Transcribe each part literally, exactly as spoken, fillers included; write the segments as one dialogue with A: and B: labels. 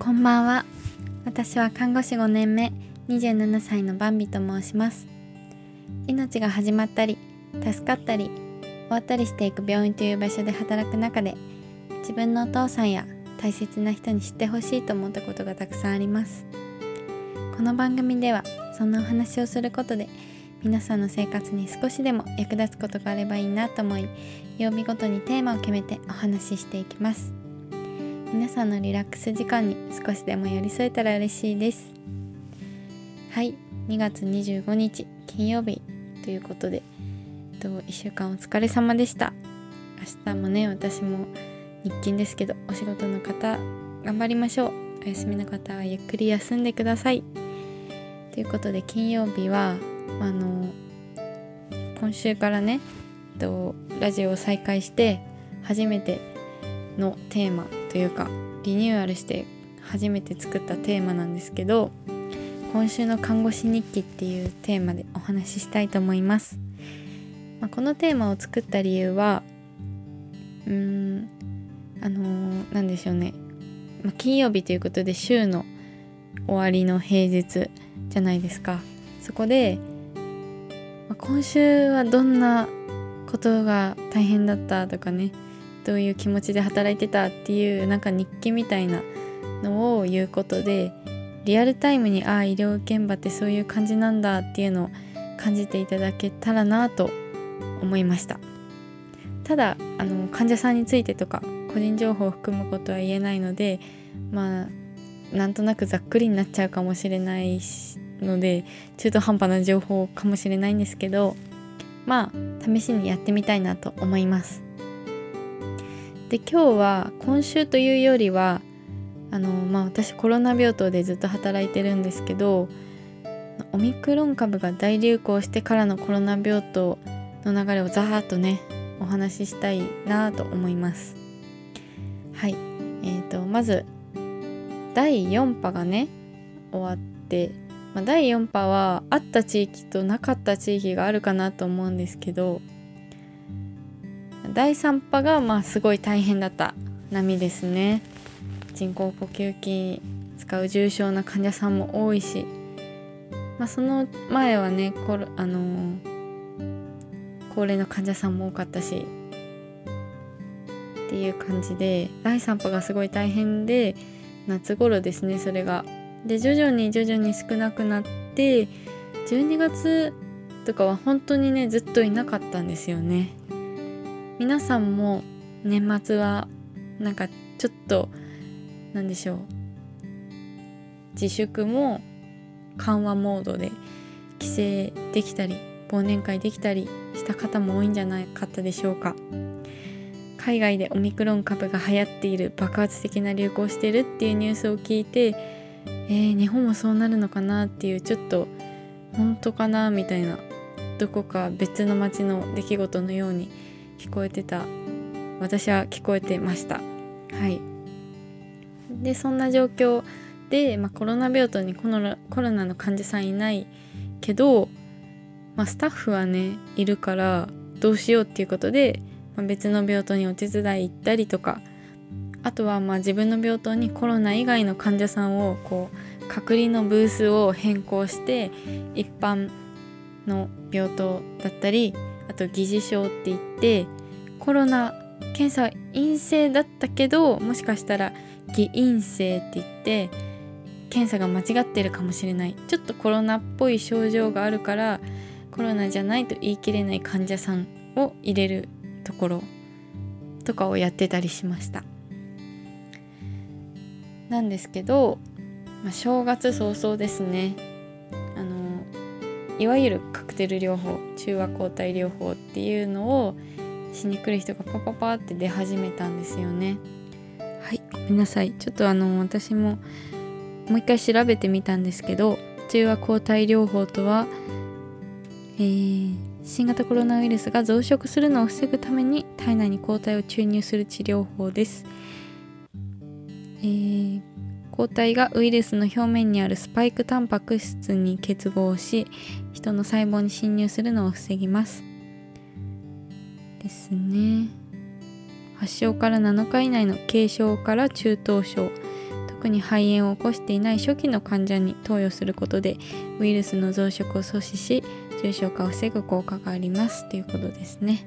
A: こんばんは。私は看護師ごねんめにじゅうななさいのバンビと申します。命が始まったり助かったり終わったりしていく病院という場所で働く中で、自分のお父さんや大切な人に知ってほしいと思ったことがたくさんあります。この番組ではそんなお話をすることで、皆さんの生活に少しでも役立つことがあればいいなと思い、曜日ごとにテーマを決めてお話ししていきます。皆さんのリラックス時間に少しでも寄り添えたら嬉しいです。はい、にがつにじゅうごにち金曜日ということで、いっしゅうかんお疲れ様でした。明日もね、私も日勤ですけど、お仕事の方頑張りましょう。お休みの方はゆっくり休んでください。ということで、金曜日はあの今週からね、ラジオを再開して初めてのテーマというか、リニューアルして初めて作ったテーマなんですけど、今週の看護師日記っていうテーマでお話ししたいと思います。まあ、このテーマを作った理由はうーんあのー、なんでしょうね、まあ、金曜日ということで週の終わりの平日じゃないですか。そこで、まあ、今週はどんなことが大変だったとかね、どういう気持ちで働いてたっていうなんか日記みたいなのを言うことで、リアルタイムにああ医療現場ってそういう感じなんだっていうのを感じていただけたらなと思いました。ただあの患者さんについてとか個人情報を含むことは言えないので、まあなんとなくざっくりになっちゃうかもしれないので、中途半端な情報かもしれないんですけど、まあ試しにやってみたいなと思います。で、今日は今週というよりはあの、まあ、私コロナ病棟でずっと働いてるんですけど、オミクロン株が大流行してからのコロナ病棟の流れをざーっとねお話ししたいなと思います。はい、えーとまずだいよんぱがね終わって、まあ、だいよんぱはあった地域となかった地域があるかなと思うんですけど、だいさんぱがまあすごい大変だった波ですね。人工呼吸器使う重症な患者さんも多いし、まあ、その前はねコロ、あのー、高齢の患者さんも多かったしっていう感じで、だいさんぱがすごい大変で、夏頃ですねそれが。で徐々に徐々に少なくなって、じゅうにがつとかは本当にねずっといなかったんですよね。皆さんも年末はなんかちょっとなんでしょう、自粛も緩和モードで帰省できたり忘年会できたりした方も多いんじゃないかったでしょうか。海外でオミクロン株が流行っている、爆発的な流行しているっていうニュースを聞いて、えー、日本もそうなるのかなっていう、ちょっと本当かなみたいな、どこか別の街の出来事のように聞こえてた、私は聞こえてました。はい。でそんな状況で、まあ、コロナ病棟にコロナ、コロナの患者さんいないけど、まあ、スタッフはねいるからどうしようっていうことで、まあ、別の病棟にお手伝い行ったりとか、あとはまあ自分の病棟にコロナ以外の患者さんをこう隔離のブースを変更して一般の病棟だったり、あと疑似症って言ってコロナ検査は陰性だったけどもしかしたら偽陰性って言って検査が間違ってるかもしれない、ちょっとコロナっぽい症状があるからコロナじゃないと言い切れない患者さんを入れるところとかをやってたりしました。なんですけど、まあ、正月早々ですね、あのいわゆるカクテル療法、中和抗体療法っていうのをしに来る人がパパパって出始めたんですよね。はい、ごめんなさい。ちょっとあの私ももう一回調べてみたんですけど、中和抗体療法とは、えー、新型コロナウイルスが増殖するのを防ぐために体内に抗体を注入する治療法です。えー、抗体がウイルスの表面にあるスパイクタンパク質に結合し、人の細胞に侵入するのを防ぎますですね。発症からなのか以内の軽症から中等症、 特に肺炎を起こしていない初期の患者に投与することでウイルスの増殖を阻止し重症化を防ぐ効果がありますということですね。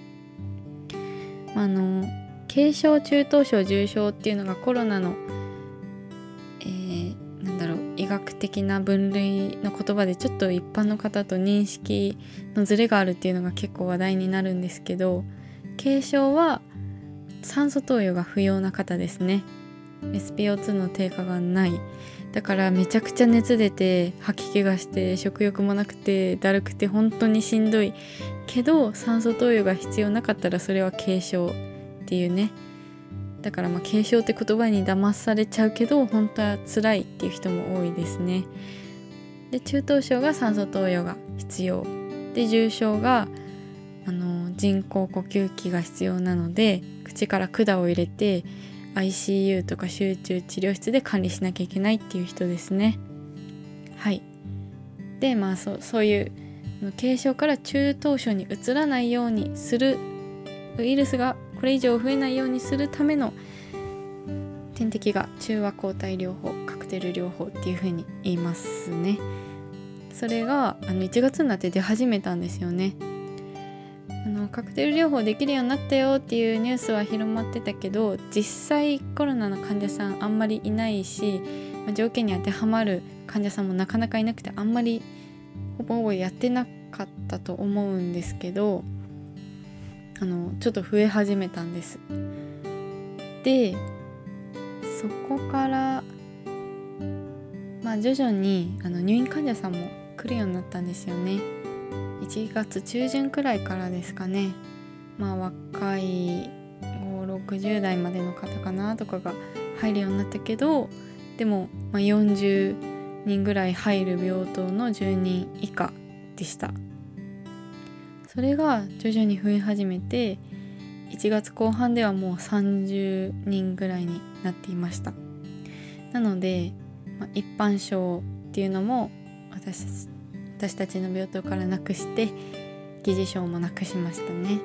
A: あの軽症、中等症、重症っていうのがコロナの、えー、なんだろう医学的な分類の言葉でちょっと一般の方と認識のズレがあるっていうのが結構話題になるんですけど、軽症は酸素投与が不要な方ですね。 エスピーオーツー の低下がない。だからめちゃくちゃ熱出て吐き気がして食欲もなくてだるくて本当にしんどいけど酸素投与が必要なかったらそれは軽症っていうね。だからまあ軽症って言葉に騙されちゃうけど本当は辛いっていう人も多いですね。で中等症が酸素投与が必要で、重症があの人工呼吸器が必要なので口から管を入れて アイシーユー とか集中治療室で管理しなきゃいけないっていう人ですね。はい。でまあそ そういう軽症から中等症に移らないようにする、ウイルスがこれ以上増えないようにするための点滴が中和抗体療法、カクテル療法っていう風に言いますね。それがあのいちがつになって出始めたんですよね。あのカクテル療法できるようになったよっていうニュースは広まってたけど、実際コロナの患者さんあんまりいないし、まあ、条件に当てはまる患者さんもなかなかいなくて、あんまりほぼほぼやってなかったと思うんですけど、あのちょっと増え始めたんです。でそこからまあ徐々にあの入院患者さんも来るようになったんですよね。いちがつ中旬くらいからですかね。まあ若いごじゅう、ろくじゅう代までの方かなとかが入るようになったけど、でも、まあ、よんじゅうにんぐらい入る病棟のじゅうにん以下でした。それが徐々に増え始めていちがつこう半ではもうさんじゅうにんぐらいになっていました。なので、まあ、一般症っていうのも私たち私たちの病棟からなくして疑似症もなくしましたね。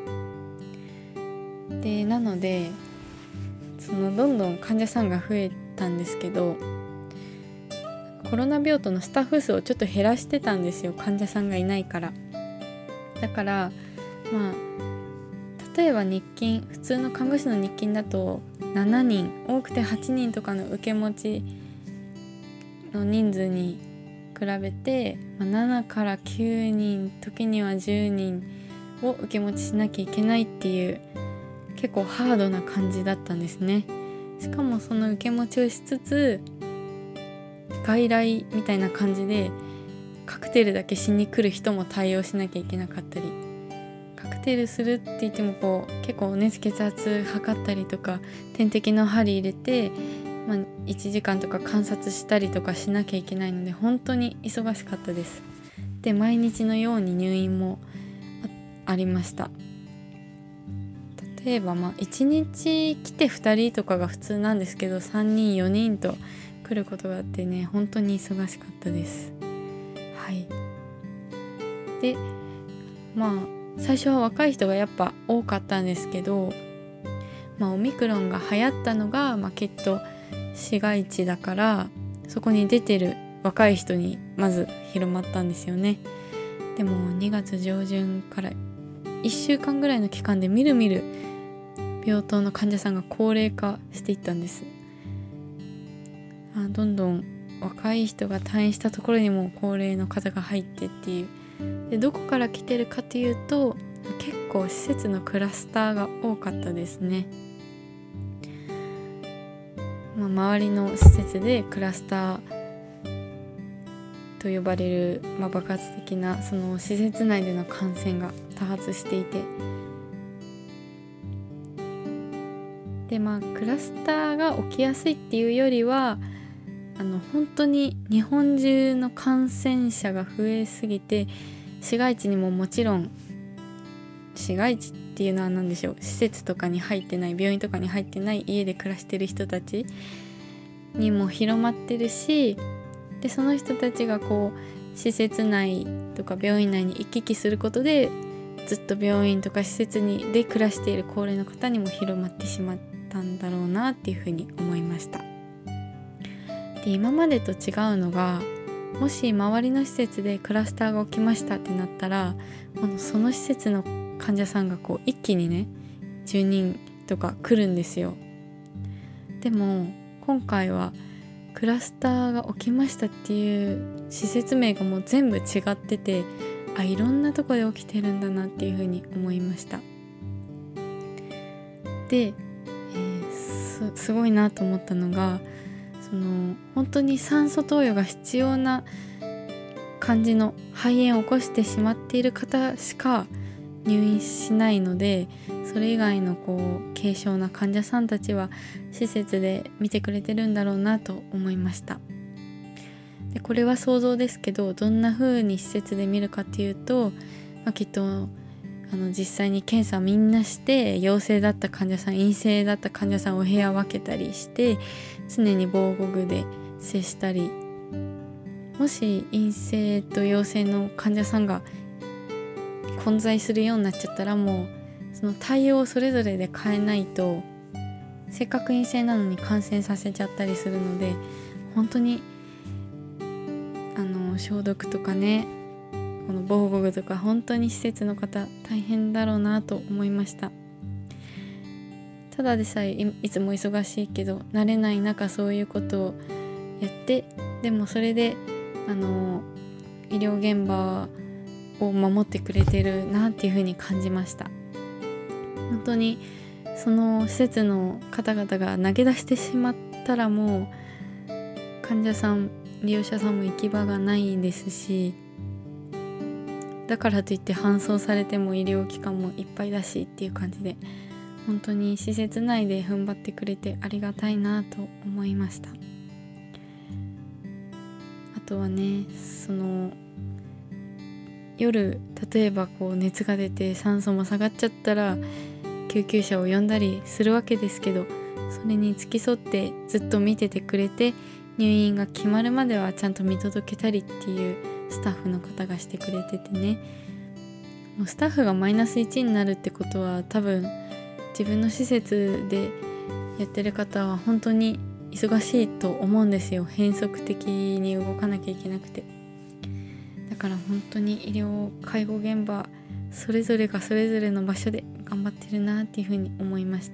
A: でなのでそのどんどん患者さんが増えたんですけど、コロナ病棟のスタッフ数をちょっと減らしてたんですよ、患者さんがいないから。だからまあ例えば日勤、普通の看護師の日勤だとしちにん、多くてはちにんとかの受け持ちの人数に比べて、まあ、ななからきゅうにん、時にはじゅうにんを受け持ちしなきゃいけないっていう結構ハードな感じだったんですね。しかもその受け持ちをしつつ外来みたいな感じでカクテルだけしに来る人も対応しなきゃいけなかったり、カクテルするって言ってもこう結構熱血圧測ったりとか点滴の針入れて、まあ、いちじかんとか観察したりとかしなきゃいけないので本当に忙しかったです。で毎日のように入院も あ, ありました。例えばまあいちにち来てふたりとかが普通なんですけど、さんにんよにんと来ることがあってね、本当に忙しかったです。はい。でまあ最初は若い人がやっぱ多かったんですけど、まあ、オミクロンが流行ったのが、まあ、きっと市街地だからそこに出てる若い人にまず広まったんですよね。でもにがつ上旬からいっしゅうかんぐらいの期間でみるみる病棟の患者さんが高齢化していったんです。あどんどん若い人が退院したところにも高齢の方が入ってっていう。でどこから来てるかというと結構施設のクラスターが多かったですね。まあ、周りの施設でクラスターと呼ばれる、まあ、爆発的なその施設内での感染が多発していて、でまあクラスターが起きやすいっていうよりはあの本当に日本中の感染者が増えすぎて、市街地にももちろん、市街地っていうのは何でしょう、施設とかに入ってない、病院とかに入ってない家で暮らしてる人たちにも広まってるし、でその人たちがこう施設内とか病院内に行き来することでずっと病院とか施設にで暮らしている高齢の方にも広まってしまったんだろうなっていうふうに思いました。 で今までと違うのが、もし周りの施設でクラスターが起きましたってなったら、このその施設の患者さんがこう一気にねじゅうにんとか来るんですよ。でも今回はクラスターが起きましたっていう施設名がもう全部違ってて、あ、いろんなとこで起きてるんだなっていうふうに思いました。で、えー、す, すごいなと思ったのが、その本当に酸素投与が必要な感じの肺炎を起こしてしまっている方しか入院しないので、それ以外のこう軽症な患者さんたちは施設で見てくれてるんだろうなと思いました。でこれは想像ですけど、どんな風に施設で見るかっていうと、まあ、きっとあの実際に検査みんなして、陽性だった患者さん陰性だった患者さんを部屋分けたりして、常に防護具で接したり、もし陰性と陽性の患者さんが混在するようになっちゃったら、もうその対応をそれぞれで変えないと、せっかく陰性なのに感染させちゃったりするので、本当にあの消毒とかね、この防護具とか、本当に施設の方大変だろうなと思いました。ただでさえ い, いつも忙しいけど、慣れない中そういうことをやって、でもそれであの医療現場を守ってくれてるなっていうふうに感じました。本当にその施設の方々が投げ出してしまったら、もう患者さん利用者さんも行き場がないですし、だからといって搬送されても医療機関もいっぱいだしっていう感じで、本当に施設内で踏ん張ってくれてありがたいなと思いました。あとはね、その夜例えばこう熱が出て酸素も下がっちゃったら救急車を呼んだりするわけですけど、それに付き添ってずっと見ててくれて、入院が決まるまではちゃんと見届けたりっていうスタッフの方がしてくれててね、もうスタッフがマイナスいちになるってことは、多分自分の施設でやってる方は本当に忙しいと思うんですよ。変則的に動かなきゃいけなくて。だから本当に医療介護現場それぞれがそれぞれの場所で頑張ってるなっていうふうに思いました。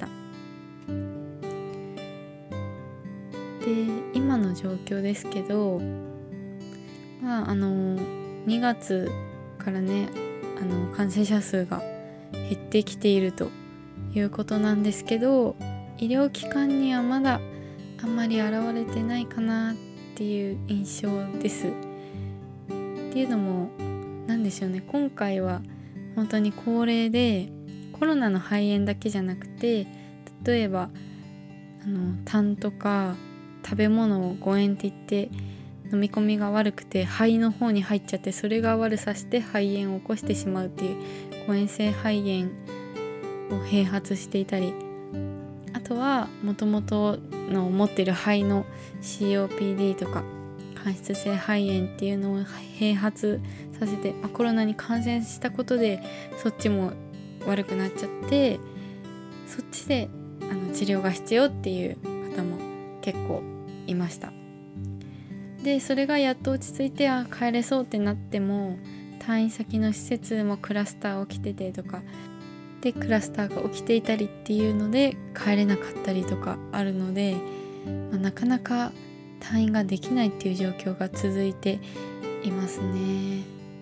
A: で、今の状況ですけど、まああのにがつからね、あの感染者数が減ってきているということなんですけど、医療機関にはまだあんまり現れてないかなっていう印象です。っていうのもなんでしょうね、今回は本当に高齢で、コロナの肺炎だけじゃなくて、例えばあの痰とか食べ物を誤嚥って言って飲み込みが悪くて肺の方に入っちゃって、それが悪さして肺炎を起こしてしまうっていう誤嚥性肺炎を併発していたり、あとはもともとの持っている肺の シーオーピーディー とか間質性肺炎っていうのを併発させて、コロナに感染したことでそっちも悪くなっちゃって、そっちであの治療が必要っていう方も結構いました。でそれがやっと落ち着いて、あ帰れそうってなっても、退院先の施設もクラスター起きててとかで、クラスターが起きていたりっていうので帰れなかったりとかあるので、まあ、なかなか退院ができないっていう状況が続いていますね。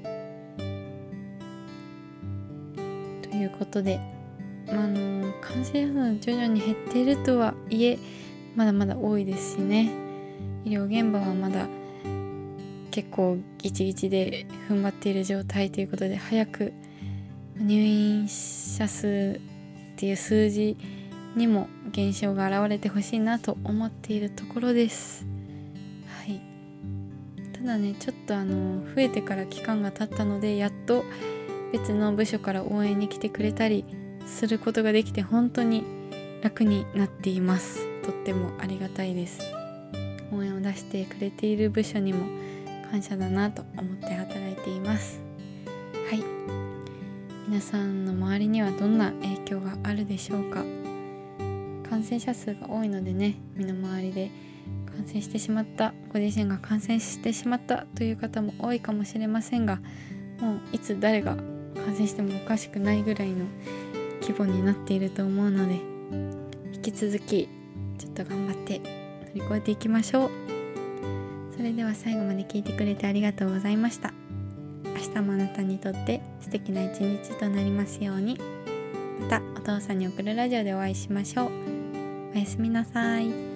A: ということで、まあ、あの感染者数徐々に減っているとはいえ、まだまだ多いですしね、医療現場はまだ結構ギチギチで踏ん張っている状態ということで、早く入院者数っていう数字にも減少が現れてほしいなと思っているところです。はい。ただね、ちょっとあの増えてから期間が経ったので、やっと別の部署から応援に来てくれたりすることができて、本当に楽になっています。とってもありがたいです。応援を出してくれている部署にも感謝だなと思って働いています。はい。皆さんの周りにはどんな影響があるでしょうか。感感染者数が多いのでね、身の回りで感染してしまった、ご自身が感染してしまったという方も多いかもしれませんが、もういつ誰が感染してもおかしくないぐらいの規模になっていると思うので、引き続きちょっと頑張って乗り越えていきましょう。それでは最後まで聞いてくれてありがとうございました。明日もあなたにとって素敵な一日となりますように。またお父さんに送るラジオでお会いしましょう。おやすみなさい。